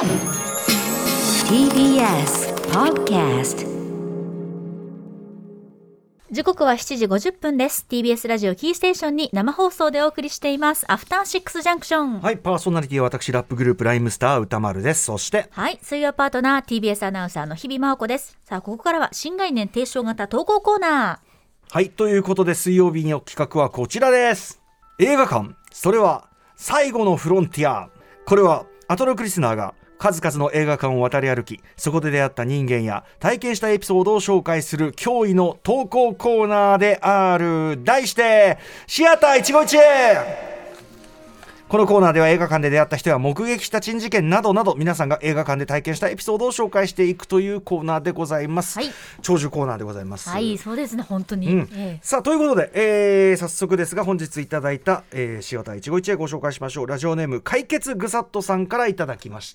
TBS Podcast。 時刻は7時50分です。 TBS ラジオキーステーションに生放送でお送りしていますアフターシックスジャンクション。 はい、パーソナリティは私ラップグループライムスター歌丸です。そしてはい、水曜パートナー TBS アナウンサーの日々真央子です。さあ、ここからは新概念提唱型投稿コーナー。はい、ということで水曜日の企画はこちらです。映画館、それは最後のフロンティア。これはアトロクリスナーが数々の映画館を渡り歩き、そこで出会った人間や体験したエピソードを紹介する驚異の投稿コーナーである。題してシアター一期一会。このコーナーでは映画館で出会った人や目撃した珍事件などなど、皆さんが映画館で体験したエピソードを紹介していくというコーナーでございます、はい、長寿コーナーでございます。 はい、そうですね、本当に、 さあということで、早速ですが本日いただいた、シアター一期一会ご紹介しましょう。ラジオネーム解決ぐさっとさんからいただきました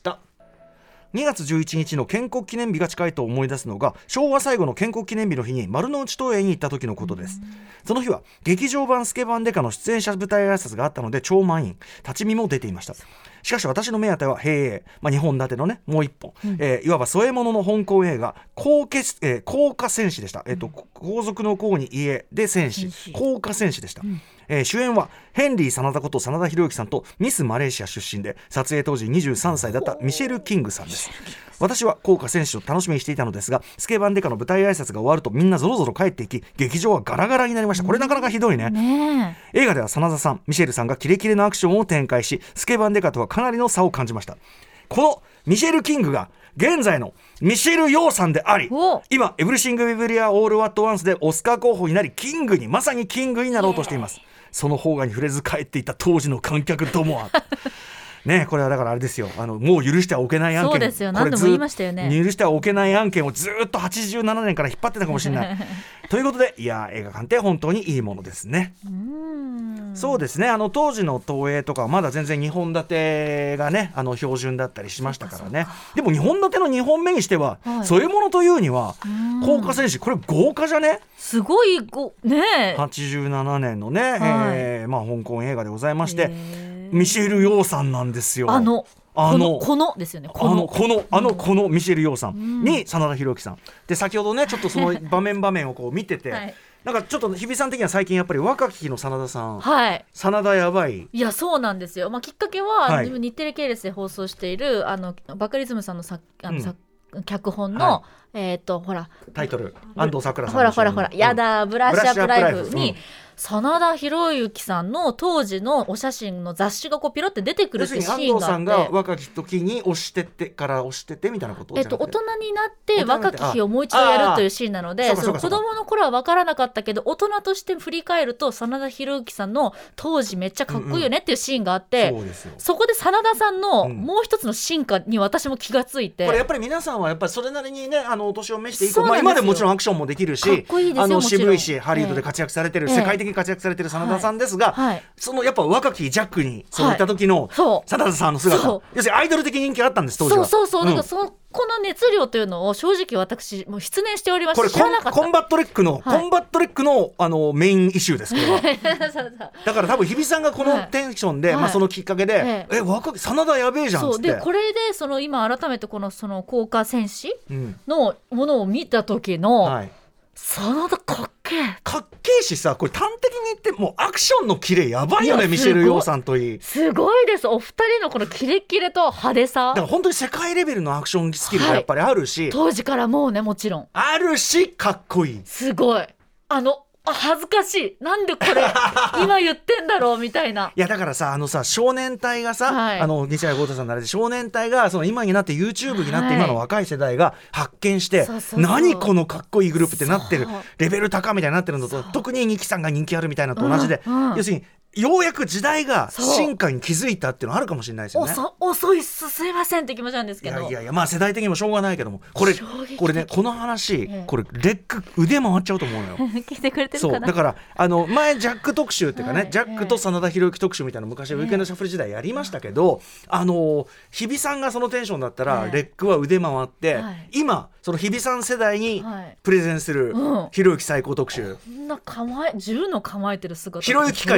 。2月11日の建国記念日が近いと思い出すのが、昭和最後の建国記念日の日に丸の内東映に行った時のことです。その日は劇場版スケバンデカの出演者舞台挨拶があったので超満員、立ち見も出ていました。しかし私の目当ては兵営、2本立てのねもう一本、いわば添え物の香港映画降下戦士でした。皇族の皇に家で戦士、降下戦士でした。主演はヘンリー真田こと真田広之さんとミスマレーシア出身で撮影当時23歳だったミシェル・キングさんです。私は降下選手を楽しみにしていたのですが、スケバンデカの舞台挨拶が終わるとみんなぞろぞろ帰っていき、劇場はガラガラになりました。これなかなかひどい ね。映画では真田さん、ミシェルさんがキレキレのアクションを展開し、スケバンデカとはかなりの差を感じました。このミシェル・キングが現在のミシェル・ヨーさんであり、今エブリシング・エブリア・オール・ワット・ワンスでオスカー候補になり、まさにキングになろうとしています。その方がに触れず帰っていた当時の観客どもはね、これはだからあれですよ、もう許してはおけない案件。 そうですよ、何度も言いましたよね。 許してはおけない案件をずっと87年から引っ張ってたかもしれないということで、いや映画館って本当にいいものですね。そうですね、当時の東映とかはまだ全然2本立てがね標準だったりしましたからね。でも2本立ての2本目にしては、添え物というには降下戦士、これ豪華じゃね。 すごいね、 87年のね、香港映画でございまして、ミシェル・ヨーさんなんですよ。このですよね。このミシェル・ヨーさんに真田広之さんで、先ほどねちょっとその場面をこう見てて、なんかちょっと日比さん的には最近やっぱり若き日の真田さん、真田やばい。 いやそうなんですよ、きっかけは、日テレ系列で放送しているバカリズムさんの脚本の、ほらタイトル安藤サクラさんのほらやだブラッシュアップライフに、真田広之さんの当時のお写真の雑誌がこうピロって出てくるっていうシーンがあって、 安藤さんが若き時に押しててみたいなことじゃなくて、 大人になって若き日をもう一度やるというシーンなので、その子供の頃は分からなかったけど大人として振り返ると真田広之さんの当時めっちゃかっこいいよねっていうシーンがあって、そこで真田さんのもう一つの進化に私も気がついて、 これやっぱり皆さんはやっぱりそれなりにねお年を召していく、今でももちろんアクションもできるし、 かっこいいですよ、 渋いしハリウッドで活躍されてる、世界的に活躍されてる真田さんですが、そのやっぱ若きジャックにそういった時の真田さんの姿、要するにアイドル的人気があったんです当時は。 だからこの熱量というのを正直私もう失念しておりました。これ知らなかった。 コンバットレックのメインイシューですこれはだから多分日比さんがこのテンションで、そのきっかけで、若き真田やべえじゃんっつって、 でこれで今改めてその降下戦士のものを見た時の、真田かっけえしさ、これ端的に言ってもうアクションのキレやばいよね。ミシェル・ヨーさんといいすごいです。お二人のこのキレキレと派手さ、 だから本当に世界レベルのアクションスキルがやっぱりあるし、 当時からもうねもちろんあるし、かっこいい。 すごい恥ずかしい、なんでこれ今言ってんだろうみたいな。 いやだからさ少年隊がさ、西谷豪太さんのあれで少年隊が今になって YouTube になって今の若い世代が発見して、何このかっこいいグループってなってる、レベル高みたいになってるのと、特に二木さんが人気あるみたいなのと同じで、要するにようやく時代が進化に気づいたっていうのはあるかもしれないですよね。 遅いっす、すいませんって気持ちなんですけど、 いや世代的にもしょうがないけども、これねこの話、これレック腕回っちゃうと思うのよ聞いてくれてるかな。 そうだから前ジャック特集っていうかね、ジャックと真田広之特集みたいな昔ウィークエンドシャッフル時代やりましたけど、日比さんがそのテンションだったら、レックは腕回って、今その日比さん世代にプレゼンするひろゆき最高特集、 こんな銃の構えてる姿、 ひろゆき界最高の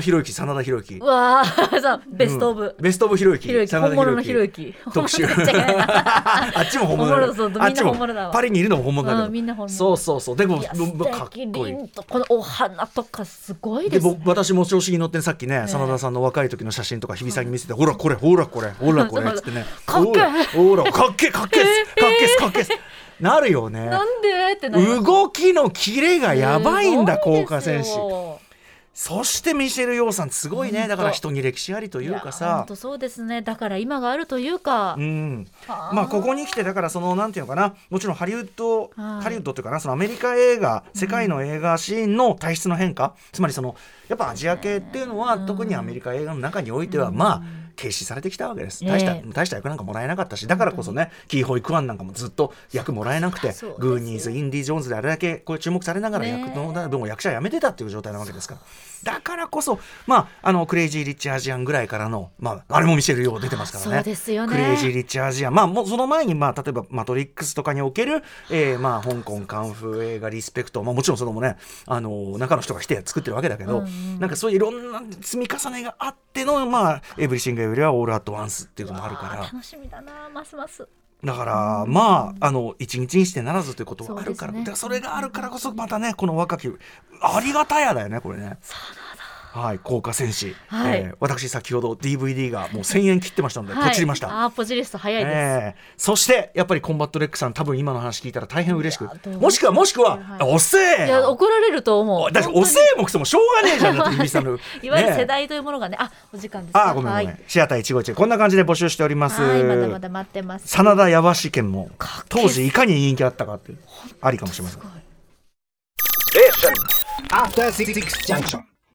ひろゆき、真田広之。 うわーベストオブ、 ベストオブひろゆき、 本物のひろゆき特集あっちも本物だよ。 みんな本物だわ。 パリにいるのも本物だけど、 みんな本物。 そうそうそう。でもかっこいい。 このお花とかすごいですね。 で私も調子に乗ってさっきね、真田さんの若い時の写真とか日比さんに見せて、ほらこれほらこれほらこれっつってね、 かっけえ、 ほらかっけえかっけえかっけえなるよね。 なんでってなる。 動きのキレがやばいんだ甲賀選手。 すごいですよ。 そしてミシェル・ヨーさんすごいね。だから人に歴史ありというかさ、 本当そうですね。だから今があるというか、 まあここに来てだからそのなんていうのかな、もちろんハリウッドっていうかな、そのアメリカ映画、世界の映画シーンの体質の変化、つまりそのやっぱアジア系っていうのは、特にアメリカ映画の中においてはまあ軽視されてきたわけです。大した役なんかもらえなかったし、だからこそね、キーホイ・クワンなんかもずっと役もらえなくて、グーニーズ、インディ・ジョーンズであれだけこう注目されながら役者辞めてたっていう状態なわけですから。だからこそ、まあ、クレイジー・リッチ・アジアンぐらいからの、まあ、あれもミシェル・ヨー出てますからね。 そうですよね。 クレイジー・リッチ・アジアン、まあ、もうその前に、まあ、例えばマトリックスとかにおける、まあ、香港カンフー映画リスペクト、まあ、もちろんそのもね、中の人が来て作ってるわけだけど、なんかそういういろんな積み重ねがあっての、まあ、エブリシングよりはオール・アット・ワンスっていうのもあるから、 楽しみだな、ますます。 だからまあ一日にしてならずということがあるから、ね、それがあるからこそまたね、この若きありがたやだよね、これね。はい、甲賀戦士、私先ほど DVD がもう1000円切ってましたので、ポチりました。 ポチリスト早いです。 そしてやっぱりコンバットレックさん、多分今の話聞いたら大変嬉しく、もしくはおせえ、 いや怒られると思う。 だからおせえもくてもしょうがねえじゃん、だってさんのいわゆる世代というものがね、お時間ですか。ごめん、シアター151こんな感じで募集しております。 まだまだ待ってます。 真田矢橋剣も当時いかに人気あったかってありかもしれません。After 66 junction